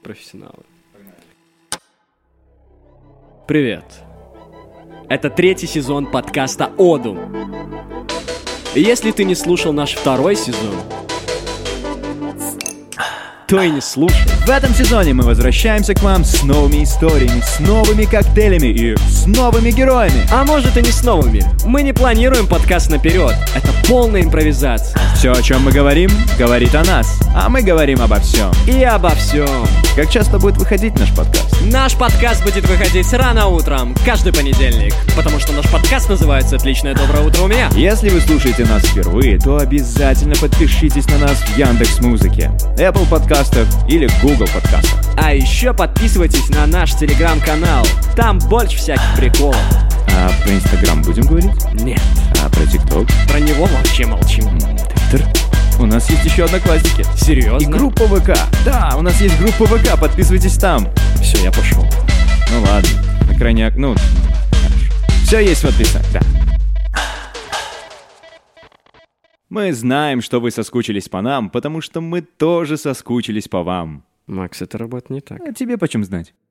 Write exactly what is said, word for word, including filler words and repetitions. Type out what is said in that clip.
профессионалы. Привет. Это третий сезон подкаста «Одум». И если ты не слушал наш второй сезон, то и не слушай. В этом сезоне мы возвращаемся к вам с новыми историями, с новыми коктейлями и с новыми героями. А может и не с новыми. Мы не планируем подкаст наперед. Это полная импровизация. Все, о чем мы говорим, говорит о нас. А мы говорим обо всем. И обо всем. Как часто будет выходить наш подкаст? Наш подкаст будет выходить рано утром, каждый понедельник. Потому что наш подкаст называется «Отличное доброе утро у меня». Если вы слушаете нас впервые, то обязательно подпишитесь на нас в Яндекс.Музыке, Apple подкастах или Google подкастах. А еще подписывайтесь на наш телеграм-канал. Там больше всяких приколов. А про Инстаграм будем говорить? Нет. А про ТикТок? Про него вообще молчим. Твиттер? У нас есть еще одноклассники. Серьезно? И группа ВК. Да, у нас есть группа ВК, подписывайтесь там. Все, я пошел. Ну ладно, на крайняк, ну, хорошо. Все есть в описании, да. Мы знаем, что вы соскучились по нам, потому что мы тоже соскучились по вам. Макс, это работает не так. А тебе почем знать?